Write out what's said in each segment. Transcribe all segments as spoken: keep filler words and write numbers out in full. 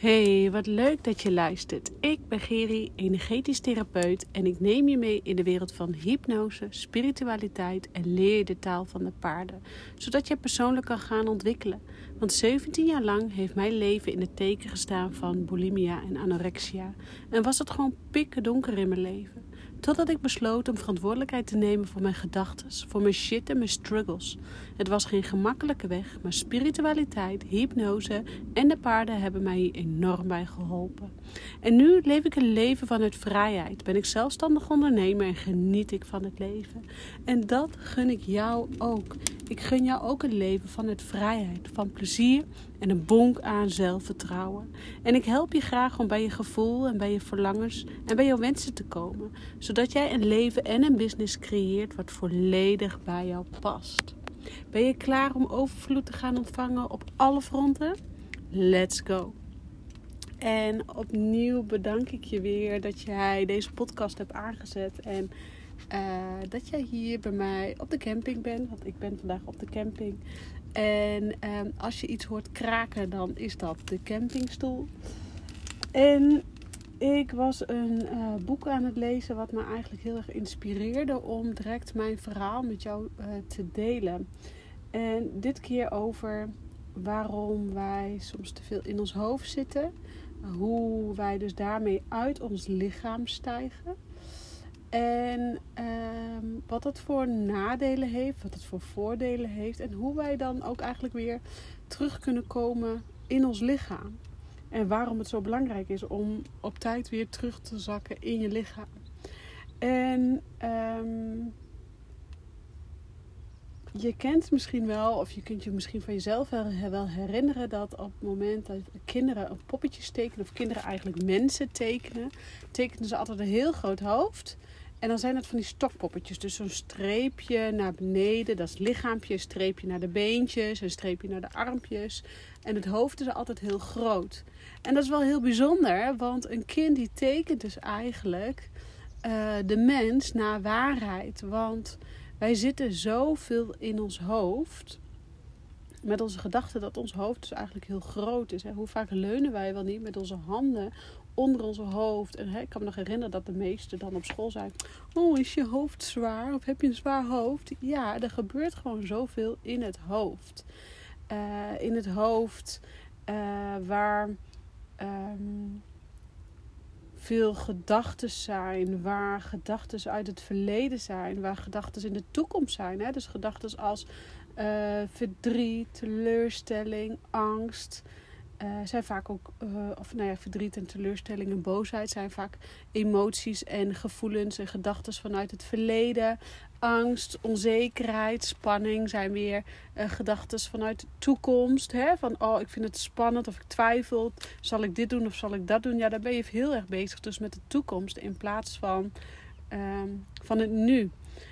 Hey, wat leuk dat je luistert. Ik ben Geri, energetisch therapeut en ik neem je mee in de wereld van hypnose, spiritualiteit en leer je de taal van de paarden, zodat je persoonlijk kan gaan ontwikkelen. Want zeventien jaar lang heeft mijn leven in het teken gestaan van bulimia en anorexia en was het gewoon pikken donker in mijn leven. Totdat ik besloot om verantwoordelijkheid te nemen voor mijn gedachten, voor mijn shit en mijn struggles. Het was geen gemakkelijke weg, maar spiritualiteit, hypnose en de paarden hebben mij hier enorm bij geholpen. En nu leef ik een leven vanuit vrijheid. Ben ik zelfstandig ondernemer en geniet ik van het leven. En dat gun ik jou ook. Ik gun jou ook een leven vanuit vrijheid, van plezier en een bonk aan zelfvertrouwen. En ik help je graag om bij je gevoel en bij je verlangens en bij jouw wensen te komen. Zodat jij een leven en een business creëert wat volledig bij jou past. Ben je klaar om overvloed te gaan ontvangen op alle fronten? Let's go! En opnieuw bedank ik je weer dat jij deze podcast hebt aangezet. En uh, dat jij hier bij mij op de camping bent. Want ik ben vandaag op de camping. En uh, als je iets hoort kraken, dan is dat de campingstoel. En ik was een uh, boek aan het lezen wat me eigenlijk heel erg inspireerde om direct mijn verhaal met jou uh, te delen. En dit keer over waarom wij soms te veel in ons hoofd zitten. Hoe wij dus daarmee uit ons lichaam stijgen. En um, wat dat voor nadelen heeft, wat het voor voordelen heeft. En hoe wij dan ook eigenlijk weer terug kunnen komen in ons lichaam. En waarom het zo belangrijk is om op tijd weer terug te zakken in je lichaam. En um, je kent misschien wel, of je kunt je misschien van jezelf wel herinneren dat op het moment dat kinderen een poppetje tekenen, of kinderen eigenlijk mensen tekenen, tekenen ze altijd een heel groot hoofd. En dan zijn het van die stokpoppetjes. Dus zo'n streepje naar beneden, dat is het lichaampje, een streepje naar de beentjes, een streepje naar de armpjes. En het hoofd is altijd heel groot. En dat is wel heel bijzonder, want een kind die tekent dus eigenlijk uh, de mens naar waarheid. Want wij zitten zoveel in ons hoofd, met onze gedachten dat ons hoofd dus eigenlijk heel groot is. Hè? Hoe vaak leunen wij wel niet met onze handen onder onze hoofd. En hè, ik kan me nog herinneren dat de meesten dan op school zijn. Oh, is je hoofd zwaar? Of heb je een zwaar hoofd? Ja, er gebeurt gewoon zoveel in het hoofd. Uh, in het hoofd uh, waar um, veel gedachten zijn. Waar gedachten uit het verleden zijn. Waar gedachten in de toekomst zijn. Hè? Dus gedachten als uh, verdriet, teleurstelling, angst. Uh, zijn vaak ook, uh, of nou ja, verdriet en teleurstelling en boosheid zijn vaak emoties en gevoelens en gedachten vanuit het verleden. Angst, onzekerheid, spanning zijn weer uh, gedachten vanuit de toekomst. Hè? Van, oh, ik vind het spannend of ik twijfel. Zal ik dit doen of zal ik dat doen? Ja, daar ben je heel erg bezig dus met de toekomst in plaats van, uh, van het nu.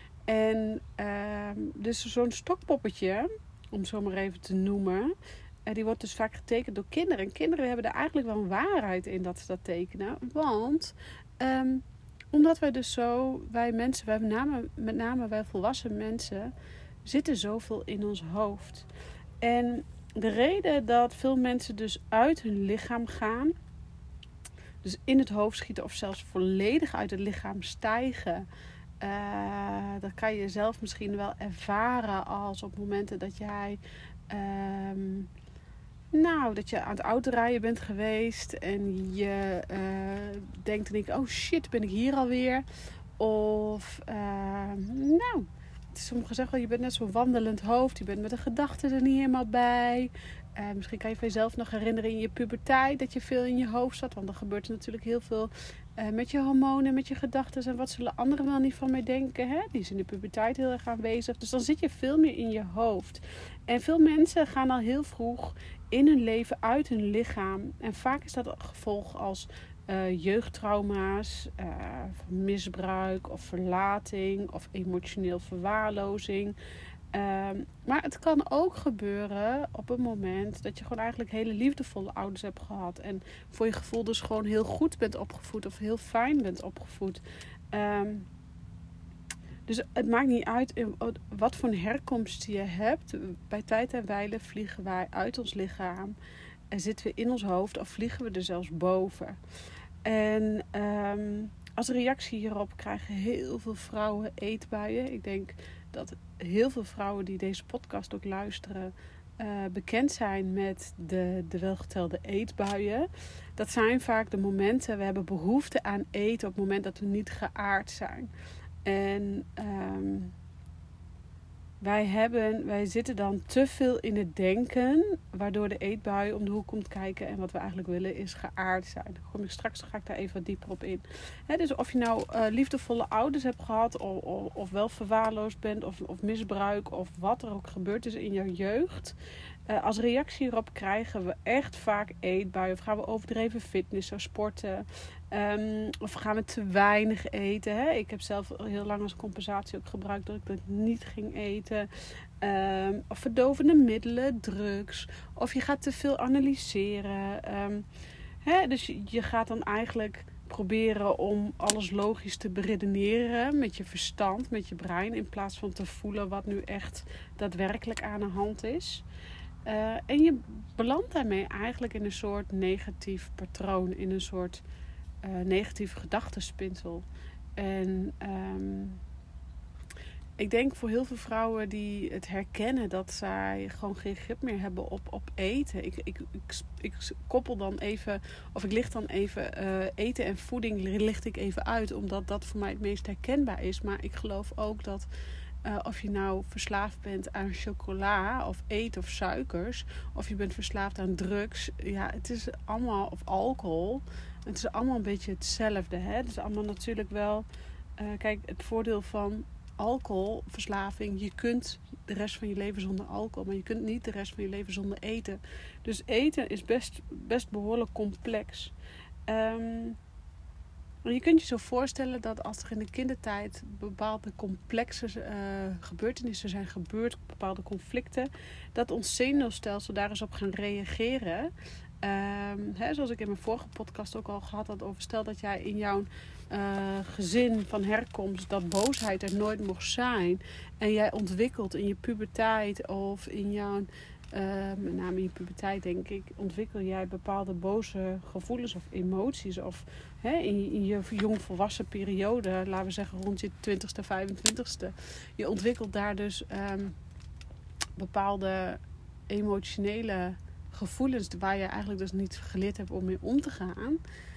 En uh, dus zo'n stokpoppetje, om zo maar even te noemen, Uh, die wordt dus vaak getekend door kinderen. En kinderen hebben er eigenlijk wel een waarheid in dat ze dat tekenen. Want um, omdat wij dus zo, wij mensen, wij met, name, met name wij volwassen mensen, zitten zoveel in ons hoofd. En de reden dat veel mensen dus uit hun lichaam gaan, dus in het hoofd schieten of zelfs volledig uit het lichaam stijgen, Uh, dat kan je zelf misschien wel ervaren als op momenten dat jij Um, nou, dat je aan het autorijden bent geweest en je uh, denkt en denkt, oh shit, ben ik hier alweer? Of, uh, nou, sommigen zeggen wel, je bent net zo'n wandelend hoofd, je bent met de gedachten er niet helemaal bij. Uh, misschien kan je van jezelf nog herinneren in je puberteit dat je veel in je hoofd zat, want er gebeurt natuurlijk heel veel uh, met je hormonen, met je gedachten en wat zullen anderen wel niet van mij denken, hè? Die is in de puberteit heel erg aanwezig, dus dan zit je veel meer in je hoofd. En veel mensen gaan al heel vroeg in hun leven uit hun lichaam. En vaak is dat een gevolg als uh, jeugdtrauma's, uh, misbruik of verlating of emotioneel verwaarlozing. Uh, maar het kan ook gebeuren op een moment dat je gewoon eigenlijk hele liefdevolle ouders hebt gehad. En voor je gevoel dus gewoon heel goed bent opgevoed of heel fijn bent opgevoed. Um, Dus het maakt niet uit wat voor een herkomst je hebt. Bij tijd en wijle vliegen wij uit ons lichaam. En zitten we in ons hoofd of vliegen we er zelfs boven. En um, als reactie hierop krijgen heel veel vrouwen eetbuien. Ik denk dat heel veel vrouwen die deze podcast ook luisteren Uh, bekend zijn met de, de welgetelde eetbuien. Dat zijn vaak de momenten, we hebben behoefte aan eten op het moment dat we niet geaard zijn. En um, wij, hebben, wij zitten dan te veel in het denken, waardoor de eetbui om de hoek komt kijken. En wat we eigenlijk willen is geaard zijn. Dan kom ik straks ga ik daar even wat dieper op in. He, dus of je nou uh, liefdevolle ouders hebt gehad, of, of, of wel verwaarloosd bent, of, of misbruik, of wat er ook gebeurd is in jouw jeugd. Uh, als reactie hierop krijgen we echt vaak eetbuien. Of gaan we overdreven fitnessen, sporten. Um, of gaan we te weinig eten. Hè? Ik heb zelf heel lang als compensatie ook gebruikt dat ik dat niet ging eten. Um, of verdovende middelen, drugs. Of je gaat te veel analyseren. Um, hè? Dus je, je gaat dan eigenlijk proberen om alles logisch te beredeneren met je verstand, met je brein. In plaats van te voelen wat nu echt daadwerkelijk aan de hand is. Uh, en je belandt daarmee eigenlijk in een soort negatief patroon. In een soort uh, negatieve gedachtenspinsel. En um, ik denk voor heel veel vrouwen die het herkennen dat zij gewoon geen grip meer hebben op, op eten. Ik, ik, ik, ik koppel dan even, of ik licht dan even uh, eten en voeding licht ik even uit. Omdat dat voor mij het meest herkenbaar is. Maar ik geloof ook dat Uh, of je nou verslaafd bent aan chocola of eten of suikers. Of je bent verslaafd aan drugs. Ja, het is allemaal, of alcohol. Het is allemaal een beetje hetzelfde. Hè? Het is allemaal natuurlijk wel. Uh, kijk, het voordeel van alcoholverslaving. Je kunt de rest van je leven zonder alcohol. Maar je kunt niet de rest van je leven zonder eten. Dus eten is best, best behoorlijk complex. Um, Je kunt je zo voorstellen dat als er in de kindertijd bepaalde complexe uh, gebeurtenissen zijn gebeurd, bepaalde conflicten, dat ons zenuwstelsel daar eens op gaan reageren. Um, hè, zoals ik in mijn vorige podcast ook al gehad had over, stel dat jij in jouw uh, gezin van herkomst dat boosheid er nooit mocht zijn. En jij ontwikkelt in je puberteit of in jouw Uh, met name in je puberteit, denk ik, ontwikkel jij bepaalde boze gevoelens of emoties. Of hè, in, je, in je jongvolwassen periode, laten we zeggen rond je twintigste, vijfentwintigste. Je ontwikkelt daar dus um, bepaalde emotionele gevoelens waar je eigenlijk dus niet geleerd hebt om mee om te gaan.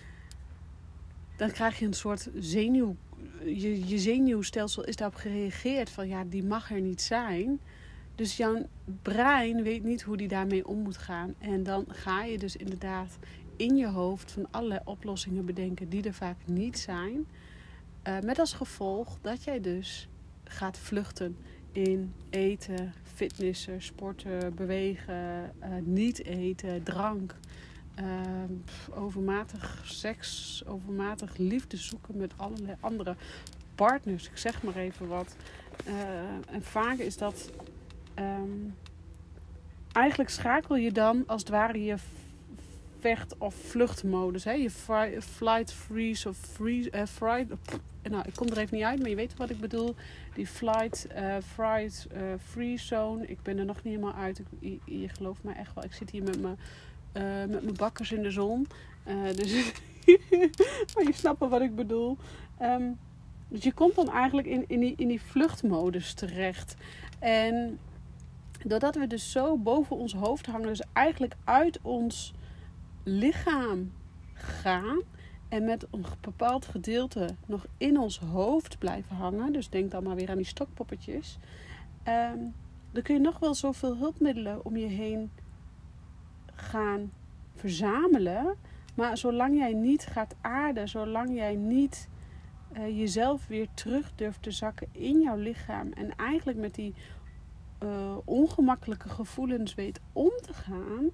Dan krijg je een soort zenuw. Je, je zenuwstelsel is daarop gereageerd van ja, die mag er niet zijn. Dus jouw brein weet niet hoe die daarmee om moet gaan. En dan ga je dus inderdaad in je hoofd van allerlei oplossingen bedenken die er vaak niet zijn. Uh, met als gevolg dat jij dus gaat vluchten in eten, fitnessen, sporten, bewegen, uh, niet eten, drank. Uh, pff, overmatig seks, overmatig liefde zoeken met allerlei andere partners. Ik zeg maar even wat. Uh, en vaak is dat... Um, eigenlijk schakel je dan als het ware je vecht- of vluchtmodus. Hè? Je fri- flight, freeze of freeze... Uh, fright, pff, nou, ik kom er even niet uit, maar je weet wat ik bedoel. Die flight, uh, fright, uh, freeze zone. Ik ben er nog niet helemaal uit. Ik, je, je gelooft mij echt wel. Ik zit hier met mijn uh, met mijn bakkers in de zon. Uh, dus maar je snapt wel wat ik bedoel. Um, dus je komt dan eigenlijk in, in, die, in die vluchtmodus terecht. En doordat we dus zo boven ons hoofd hangen, dus eigenlijk uit ons lichaam gaan en met een bepaald gedeelte nog in ons hoofd blijven hangen, dus denk dan maar weer aan die stokpoppetjes, um, dan kun je nog wel zoveel hulpmiddelen om je heen gaan verzamelen, maar zolang jij niet gaat aarden, zolang jij niet uh, jezelf weer terug durft te zakken in jouw lichaam en eigenlijk met die Uh, ongemakkelijke gevoelens weet om te gaan,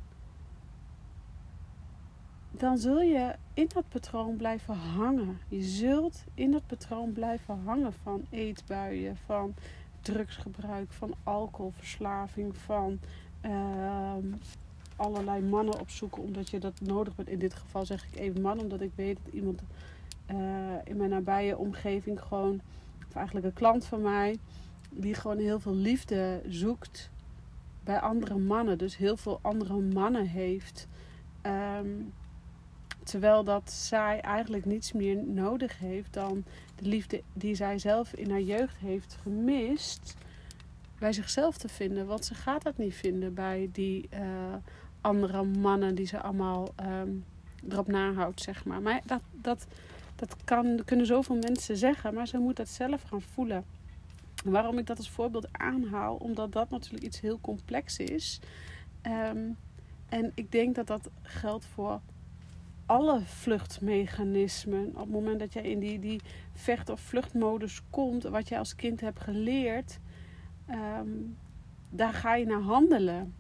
dan zul je in dat patroon blijven hangen. Je zult in dat patroon blijven hangen van eetbuien, van drugsgebruik, van alcoholverslaving, van uh, allerlei mannen opzoeken omdat je dat nodig bent. In dit geval zeg ik even man, omdat ik weet dat iemand uh, in mijn nabije omgeving gewoon, of eigenlijk een klant van mij, die gewoon heel veel liefde zoekt bij andere mannen. Dus heel veel andere mannen heeft. Um, terwijl dat zij eigenlijk niets meer nodig heeft dan de liefde die zij zelf in haar jeugd heeft gemist, bij zichzelf te vinden. Want ze gaat dat niet vinden bij die uh, andere mannen die ze allemaal um, erop nahoudt, zeg maar. Maar dat, dat, dat kan, kunnen zoveel mensen zeggen, maar ze moet dat zelf gaan voelen. En waarom ik dat als voorbeeld aanhaal, omdat dat natuurlijk iets heel complex is. Um, en ik denk dat dat geldt voor alle vluchtmechanismen. Op het moment dat jij in die, die vecht- of vluchtmodus komt, wat jij als kind hebt geleerd, um, daar ga je naar handelen.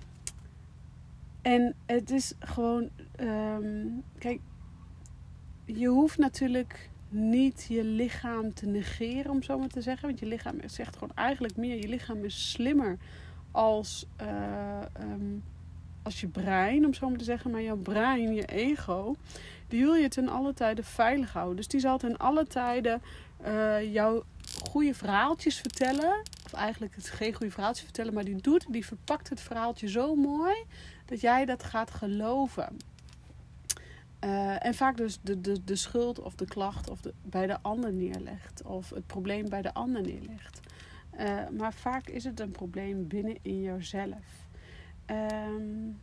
En het is gewoon, um, kijk, je hoeft natuurlijk niet je lichaam te negeren, om zo maar te zeggen. Want je lichaam zegt gewoon eigenlijk meer, je lichaam is slimmer als, uh, um, als je brein, om zo maar te zeggen. Maar jouw brein, je ego, die wil je ten alle tijden veilig houden. Dus die zal ten alle tijden uh, jou goede verhaaltjes vertellen. Of eigenlijk het geen goede verhaaltjes vertellen, maar die doet, die verpakt het verhaaltje zo mooi dat jij dat gaat geloven. Uh, en vaak dus de, de, de schuld of de klacht of de, bij de ander neerlegt. Of het probleem bij de ander neerlegt. Uh, maar vaak is het een probleem binnen in jouzelf. Um,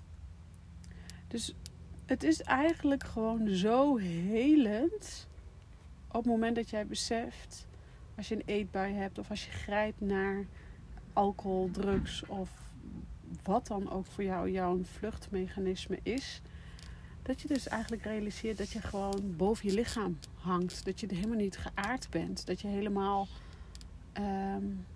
dus het is eigenlijk gewoon zo helend. Op het moment dat jij beseft, als je een eetbui hebt of als je grijpt naar alcohol, drugs of wat dan ook voor jou jouw vluchtmechanisme is, dat je dus eigenlijk realiseert dat je gewoon boven je lichaam hangt. Dat je er helemaal niet geaard bent. Dat je helemaal um,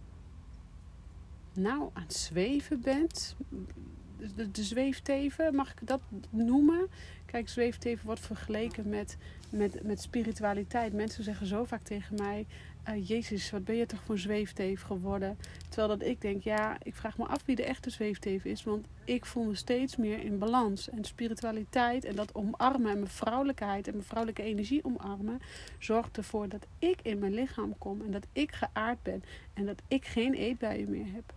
nou aan het zweven bent. De, de zweefteven, mag ik dat noemen? Kijk, zweefteven wordt vergeleken met, met, met spiritualiteit. Mensen zeggen zo vaak tegen mij, Uh, Jezus, wat ben je toch voor een zweefteef geworden? Terwijl dat ik denk, ja, ik vraag me af wie de echte zweefteef is. Want ik voel me steeds meer in balans. En spiritualiteit en dat omarmen en mijn vrouwelijkheid en mijn vrouwelijke energie omarmen, zorgt ervoor dat ik in mijn lichaam kom. En dat ik geaard ben. En dat ik geen eetbuien meer heb.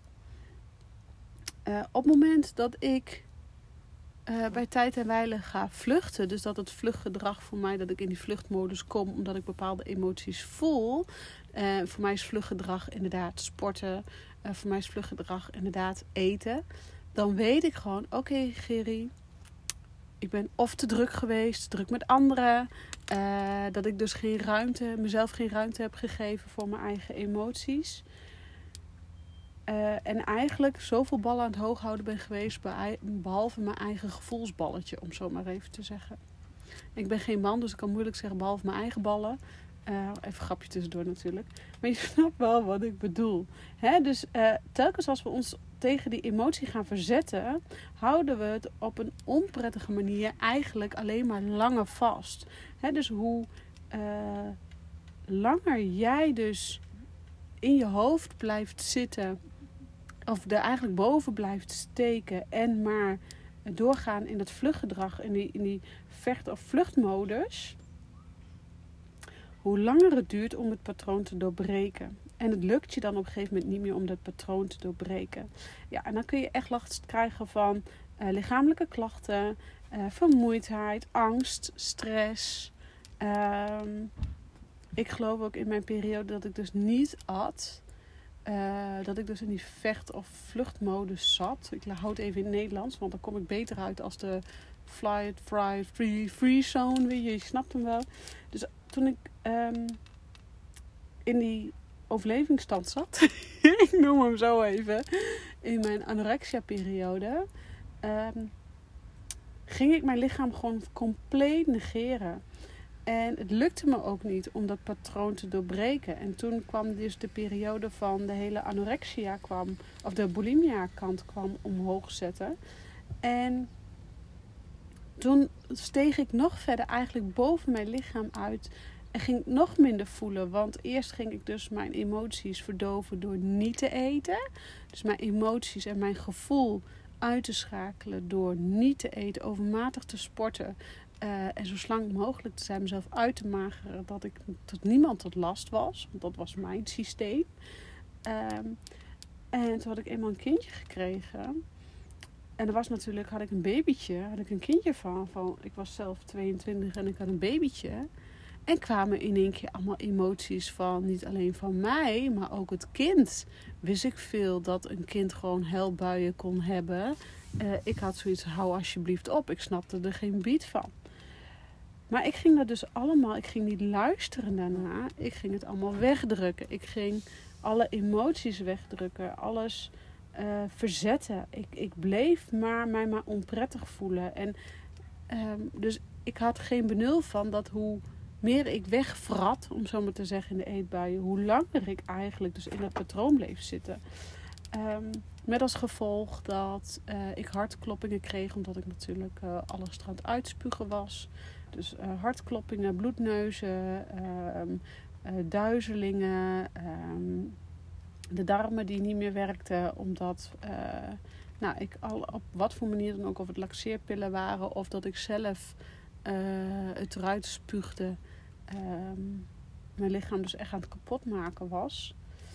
Uh, op het moment dat ik Uh, bij tijd en wijle ga vluchten. Dus dat het vluchtgedrag voor mij, dat ik in die vluchtmodus kom omdat ik bepaalde emoties voel. Uh, voor mij is vluchtgedrag inderdaad sporten. Uh, voor mij is vluchtgedrag inderdaad eten. Dan weet ik gewoon, oké okay, Gerry, ik ben of te druk geweest, druk met anderen. Uh, dat ik dus geen ruimte, mezelf geen ruimte heb gegeven voor mijn eigen emoties. Uh, en eigenlijk zoveel ballen aan het hoog houden ben geweest, behalve mijn eigen gevoelsballetje, om zo maar even te zeggen. Ik ben geen man, dus ik kan moeilijk zeggen behalve mijn eigen ballen. Uh, even een grapje tussendoor natuurlijk. Maar je snapt wel wat ik bedoel. Hè? Dus uh, telkens als we ons tegen die emotie gaan verzetten, houden we het op een onprettige manier eigenlijk alleen maar langer vast. Hè? Dus hoe uh, langer jij dus in je hoofd blijft zitten, of er eigenlijk boven blijft steken en maar doorgaan in het vluchtgedrag, in die, in die vecht- of vluchtmodus, hoe langer het duurt om het patroon te doorbreken. En het lukt je dan op een gegeven moment niet meer om dat patroon te doorbreken. Ja, en dan kun je echt last krijgen van uh, lichamelijke klachten, uh, vermoeidheid, angst, stress. Um, ik geloof ook in mijn periode dat ik dus niet at. Uh, dat ik dus in die vecht- of vluchtmodus zat. Ik houd het even in het Nederlands, want dan kom ik beter uit als de fly, fly, free, free zone. Weet je, je snapt hem wel. Dus toen ik um, in die overlevingsstand zat, ik noem hem zo even, in mijn anorexia-periode, um, ging ik mijn lichaam gewoon compleet negeren. En het lukte me ook niet om dat patroon te doorbreken. En toen kwam dus de periode van de hele anorexia kwam, of de bulimia kant kwam omhoog zetten. En toen steeg ik nog verder eigenlijk boven mijn lichaam uit en ging ik nog minder voelen. Want eerst ging ik dus mijn emoties verdoven door niet te eten. Dus mijn emoties en mijn gevoel uit te schakelen door niet te eten, overmatig te sporten. Uh, en zo slank mogelijk te zijn, mezelf uit te mageren, dat ik tot niemand tot last was. Want dat was mijn systeem. Um, en toen had ik eenmaal een kindje gekregen. En er was natuurlijk, had ik een babytje, had ik een kindje van, van. Ik was zelf tweeëntwintig en ik had een babytje. En kwamen in één keer allemaal emoties van, niet alleen van mij, maar ook het kind. Wist ik veel dat een kind gewoon huilbuien kon hebben. Uh, ik had zoiets, hou alsjeblieft op. Ik snapte er geen bied van. Maar ik ging dat dus allemaal, ik ging niet luisteren daarna. Ik ging het allemaal wegdrukken. Ik ging alle emoties wegdrukken. Alles uh, verzetten. Ik, ik bleef maar mij maar onprettig voelen. En um, dus ik had geen benul van dat hoe meer ik wegvrat, om zo maar te zeggen, in de eetbuien, hoe langer ik eigenlijk dus in dat patroon bleef zitten. Um, met als gevolg dat uh, ik hartkloppingen kreeg, omdat ik natuurlijk uh, alles er aan het uitspugen was. Dus uh, hartkloppingen, bloedneuzen, um, uh, duizelingen, um, de darmen die niet meer werkten, omdat uh, nou, ik al op wat voor manier dan ook, of het laxeerpillen waren of dat ik zelf uh, het eruit spuugde, um, mijn lichaam dus echt aan het kapotmaken was.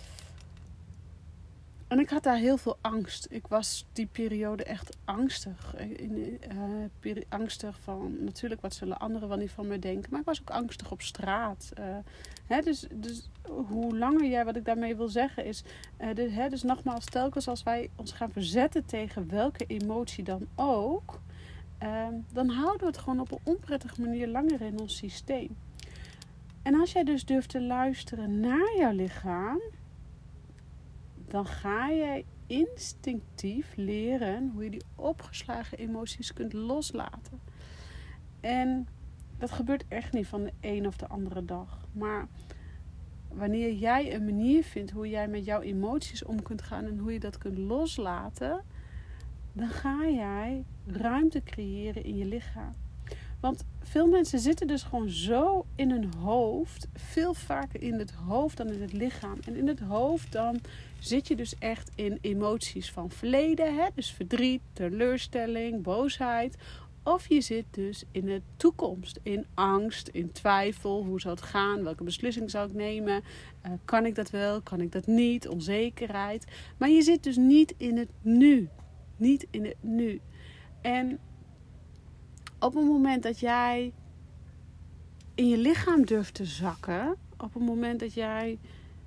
En ik had daar heel veel angst. Ik was die periode echt angstig. In, uh, peri- angstig van, natuurlijk, wat zullen anderen wel niet van me denken. Maar ik was ook angstig op straat. Uh, hè, dus, dus hoe langer jij, wat ik daarmee wil zeggen is... Uh, de, hè, dus nogmaals, telkens als wij ons gaan verzetten tegen welke emotie dan ook... Uh, dan houden we het gewoon op een onprettige manier langer in ons systeem. En als jij dus durft te luisteren naar jouw lichaam... dan ga jij instinctief leren hoe je die opgeslagen emoties kunt loslaten. En dat gebeurt echt niet van de een of de andere dag. Maar wanneer jij een manier vindt hoe jij met jouw emoties om kunt gaan en hoe je dat kunt loslaten, dan ga jij ruimte creëren in je lichaam. Want veel mensen zitten dus gewoon zo in hun hoofd. Veel vaker in het hoofd dan in het lichaam. En in het hoofd dan zit je dus echt in emoties van verleden. Hè? Dus verdriet, teleurstelling, boosheid. Of je zit dus in de toekomst. In angst, in twijfel. Hoe zal het gaan? Welke beslissing zal ik nemen? Uh, kan ik dat wel? Kan ik dat niet? Onzekerheid. Maar je zit dus niet in het nu. Niet in het nu. En... op het moment dat jij in je lichaam durft te zakken, op het moment dat jij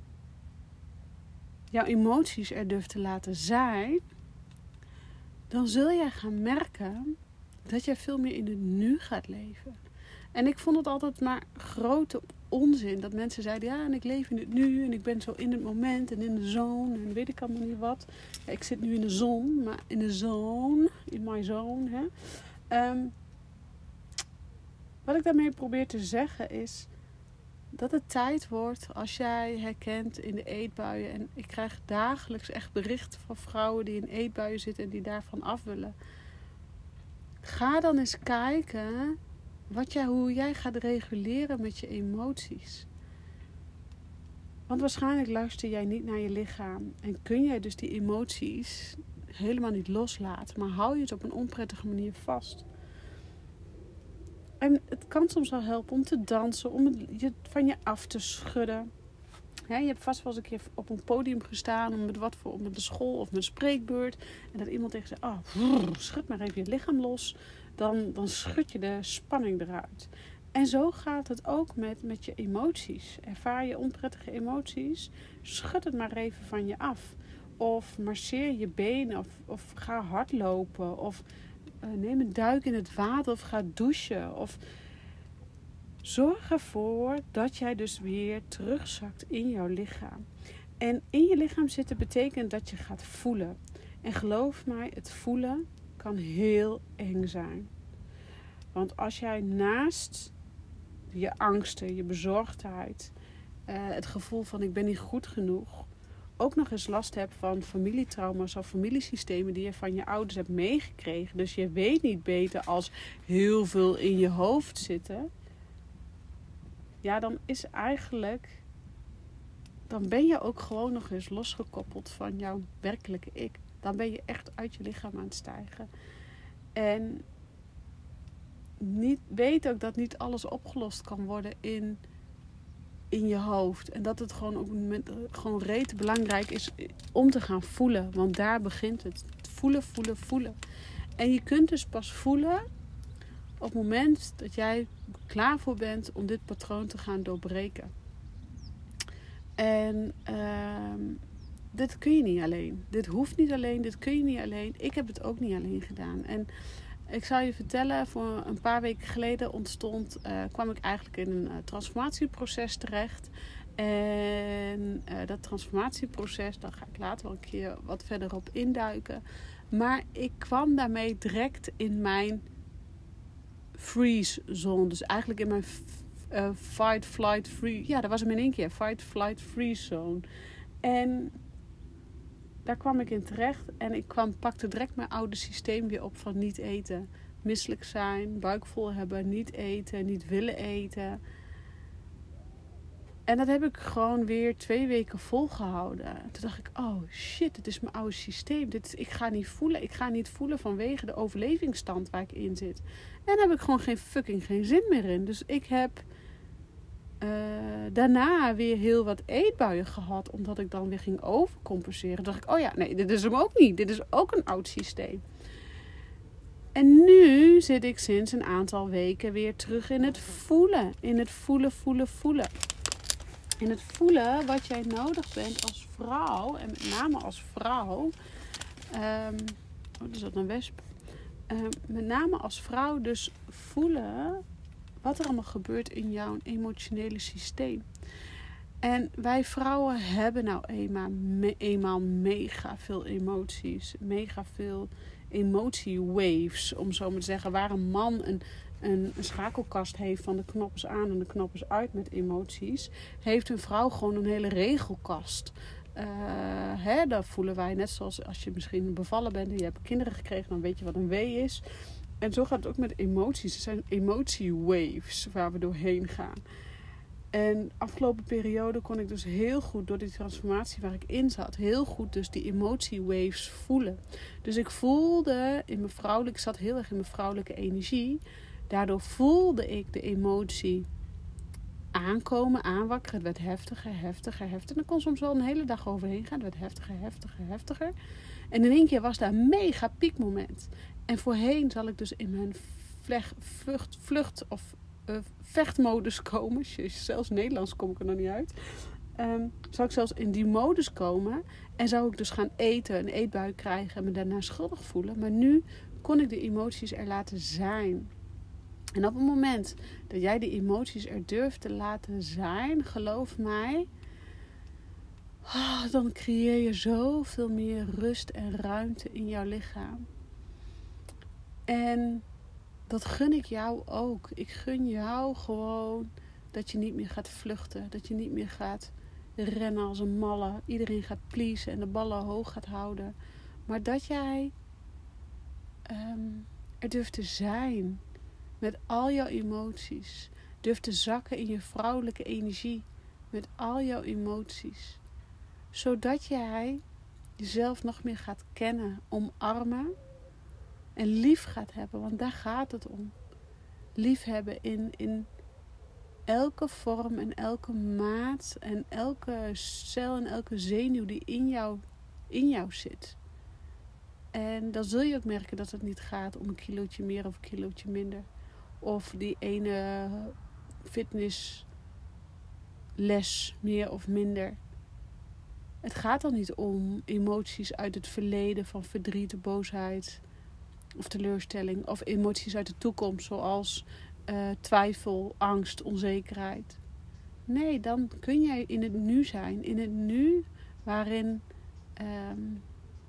jouw emoties er durft te laten zijn, dan zul jij gaan merken dat jij veel meer in het nu gaat leven. En ik vond het altijd maar grote onzin dat mensen zeiden, ja, en ik leef in het nu en ik ben zo in het moment en in de zone en weet ik allemaal niet wat. Ja, ik zit nu in de zon, maar in de zone, in my zone, hè. Um, Wat ik daarmee probeer te zeggen is dat het tijd wordt als jij herkent in de eetbuien. En ik krijg dagelijks echt berichten van vrouwen die in eetbuien zitten en die daarvan af willen. Ga dan eens kijken wat jij, hoe jij gaat reguleren met je emoties. Want waarschijnlijk luister jij niet naar je lichaam. En kun jij dus die emoties helemaal niet loslaten. Maar hou je het op een onprettige manier vast. En het kan soms wel helpen om te dansen, om het je van je af te schudden. Ja, je hebt vast wel eens een keer op een podium gestaan, met wat voor, met de school of met een spreekbeurt. En dat iemand tegen zegt, oh, brrr, schud maar even je lichaam los. Dan, dan schud je de spanning eruit. En zo gaat het ook met, met je emoties. Ervaar je onprettige emoties, schud het maar even van je af. Of masseer je benen, of, of ga hardlopen, of... Uh, neem een duik in het water of ga douchen. Of zorg ervoor dat jij dus weer terugzakt in jouw lichaam. En in je lichaam zitten betekent dat je gaat voelen. En geloof mij, het voelen kan heel eng zijn. Want als jij naast je angsten, je bezorgdheid, uh, het gevoel van ik ben niet goed genoeg, ook nog eens last hebt van familietrauma's of familiesystemen die je van je ouders hebt meegekregen. Dus je weet niet beter als heel veel in je hoofd zitten. Ja, dan is eigenlijk... dan ben je ook gewoon nog eens losgekoppeld van jouw werkelijke ik. Dan ben je echt uit je lichaam aan het stijgen. En niet, weet ook dat niet alles opgelost kan worden in... in je hoofd. En dat het gewoon op een moment gewoon rete belangrijk is om te gaan voelen. Want daar begint het. Voelen, voelen, voelen. En je kunt dus pas voelen op het moment dat jij klaar voor bent om dit patroon te gaan doorbreken. En uh, dit kun je niet alleen. Dit hoeft niet alleen, dit kun je niet alleen. Ik heb het ook niet alleen gedaan. En ik zal je vertellen, voor een paar weken geleden ontstond, uh, kwam ik eigenlijk in een uh, transformatieproces terecht. En uh, dat transformatieproces, daar ga ik later wel een keer wat verder op induiken. Maar ik kwam daarmee direct in mijn freeze zone. Dus eigenlijk in mijn uh, fight, flight, freeze. Ja, dat was hem in één keer. Fight, flight, freeze zone. En daar kwam ik in terecht. En ik kwam, pakte direct mijn oude systeem weer op van niet eten. Misselijk zijn, buik vol hebben, niet eten, niet willen eten. En dat heb ik gewoon weer twee weken volgehouden. Toen dacht ik, oh shit, dit is mijn oude systeem. Dit is, ik ga niet voelen. Ik ga niet voelen vanwege de overlevingsstand waar ik in zit. En daar heb ik gewoon geen fucking geen zin meer in. Dus ik heb uh, daarna weer heel wat eetbuien gehad. Omdat ik dan weer ging overcompenseren. Toen dacht ik, oh ja, nee, dit is hem ook niet. Dit is ook een oud systeem. En nu zit ik sinds een aantal weken weer terug in het voelen. In het voelen, voelen, voelen. In het voelen wat jij nodig bent als vrouw. En met name als vrouw. Um, oh, er zat een wesp. Um, met name als vrouw dus voelen wat er allemaal gebeurt in jouw emotionele systeem. En wij vrouwen hebben nou eenmaal, me, eenmaal mega veel emoties. Mega veel emotiewaves, om zo maar te zeggen. Waar een man een, een, een schakelkast heeft van de knoppers aan en de knoppers uit met emoties, heeft een vrouw gewoon een hele regelkast. Uh, hè, dat voelen wij net zoals als je misschien bevallen bent en je hebt kinderen gekregen, dan weet je wat een wee is. En zo gaat het ook met emoties. Er zijn emotiewaves waar we doorheen gaan. En afgelopen periode kon ik dus heel goed door die transformatie waar ik in zat, heel goed dus die emotiewaves voelen. Dus ik voelde in mijn vrouwelijke, ik zat heel erg in mijn vrouwelijke energie. Daardoor voelde ik de emotie aankomen, aanwakkeren. Het werd heftiger, heftiger, heftiger. En er kon soms wel een hele dag overheen gaan. Het werd heftiger, heftiger, heftiger. En in één keer was daar een mega piekmoment. En voorheen zal ik dus in mijn vleg, vlucht, vlucht of uh, vechtmodus komen. Jezus, zelfs Nederlands kom ik er nog niet uit. Um, zou ik zelfs in die modus komen. En zou ik dus gaan eten, een eetbui krijgen en me daarna schuldig voelen. Maar nu kon ik de emoties er laten zijn. En op het moment dat jij die emoties er durft te laten zijn, geloof mij, oh, dan creëer je zoveel meer rust en ruimte in jouw lichaam. En dat gun ik jou ook. Ik gun jou gewoon dat je niet meer gaat vluchten. Dat je niet meer gaat rennen als een malle. Iedereen gaat pleasen en de ballen hoog gaat houden. Maar dat jij um, er durft te zijn. Met al jouw emoties. Durf te zakken in je vrouwelijke energie. Met al jouw emoties. Zodat jij jezelf nog meer gaat kennen. Omarmen. En lief gaat hebben. Want daar gaat het om. Lief hebben in, in elke vorm en elke maat. En elke cel en elke zenuw die in jou, in jou zit. En dan zul je ook merken dat het niet gaat om een kilootje meer of een kilootje minder. Of die ene fitnessles meer of minder. Het gaat dan niet om emoties uit het verleden van verdriet, boosheid of teleurstelling. Of emoties uit de toekomst zoals uh, twijfel, angst, onzekerheid. Nee, dan kun jij in het nu zijn. In het nu waarin um,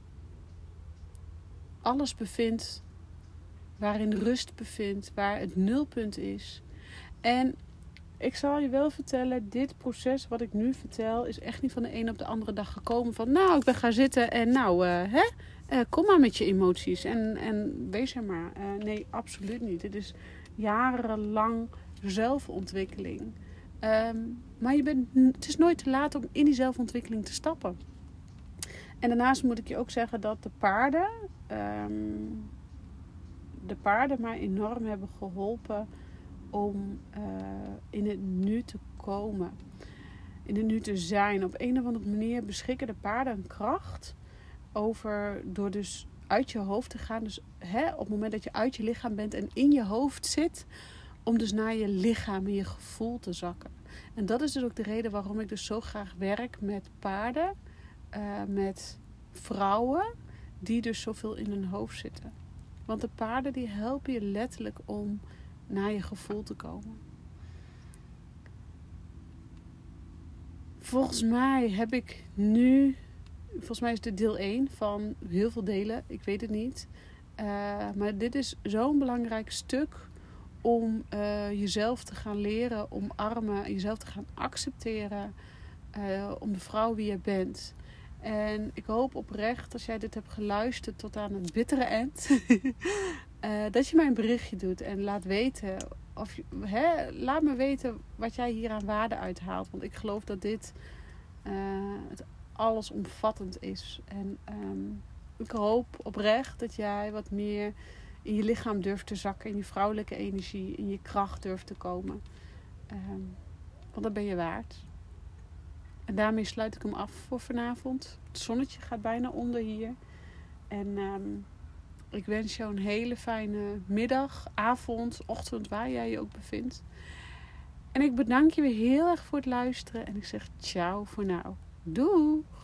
alles bevindt. Waarin rust bevindt, waar het nulpunt is. En ik zal je wel vertellen, dit proces wat ik nu vertel is echt niet van de een op de andere dag gekomen. Van nou, ik ben gaan zitten en nou, uh, hè, uh, kom maar met je emoties en, en wees er maar. Uh, nee, absoluut niet. Dit is jarenlang zelfontwikkeling. Um, maar je bent, het is nooit te laat om in die zelfontwikkeling te stappen. En daarnaast moet ik je ook zeggen dat de paarden... Um, de paarden mij enorm hebben geholpen om uh, in het nu te komen. In het nu te zijn. Op een of andere manier beschikken de paarden een kracht over, door dus uit je hoofd te gaan. Dus hè, op het moment dat je uit je lichaam bent en in je hoofd zit, om dus naar je lichaam en je gevoel te zakken. En dat is dus ook de reden waarom ik dus zo graag werk met paarden, uh, met vrouwen die dus zoveel in hun hoofd zitten. Want de paarden die helpen je letterlijk om naar je gevoel te komen. Volgens mij heb ik nu, volgens mij is dit deel één van heel veel delen, ik weet het niet. Uh, maar dit is zo'n belangrijk stuk om uh, jezelf te gaan leren, omarmen, jezelf te gaan accepteren, uh, om de vrouw wie je bent. En ik hoop oprecht, als jij dit hebt geluisterd tot aan het bittere eind, uh, dat je mij een berichtje doet en laat weten, of je, hè, laat me weten wat jij hier aan waarde uithaalt. Want ik geloof dat dit uh, het allesomvattend is. En um, ik hoop oprecht dat jij wat meer in je lichaam durft te zakken, in je vrouwelijke energie, in je kracht durft te komen. Um, want dat ben je waard. En daarmee sluit ik hem af voor vanavond. Het zonnetje gaat bijna onder hier. En um, ik wens jou een hele fijne middag, avond, ochtend, waar jij je ook bevindt. En ik bedank je weer heel erg voor het luisteren. En ik zeg ciao voor nou. Doei!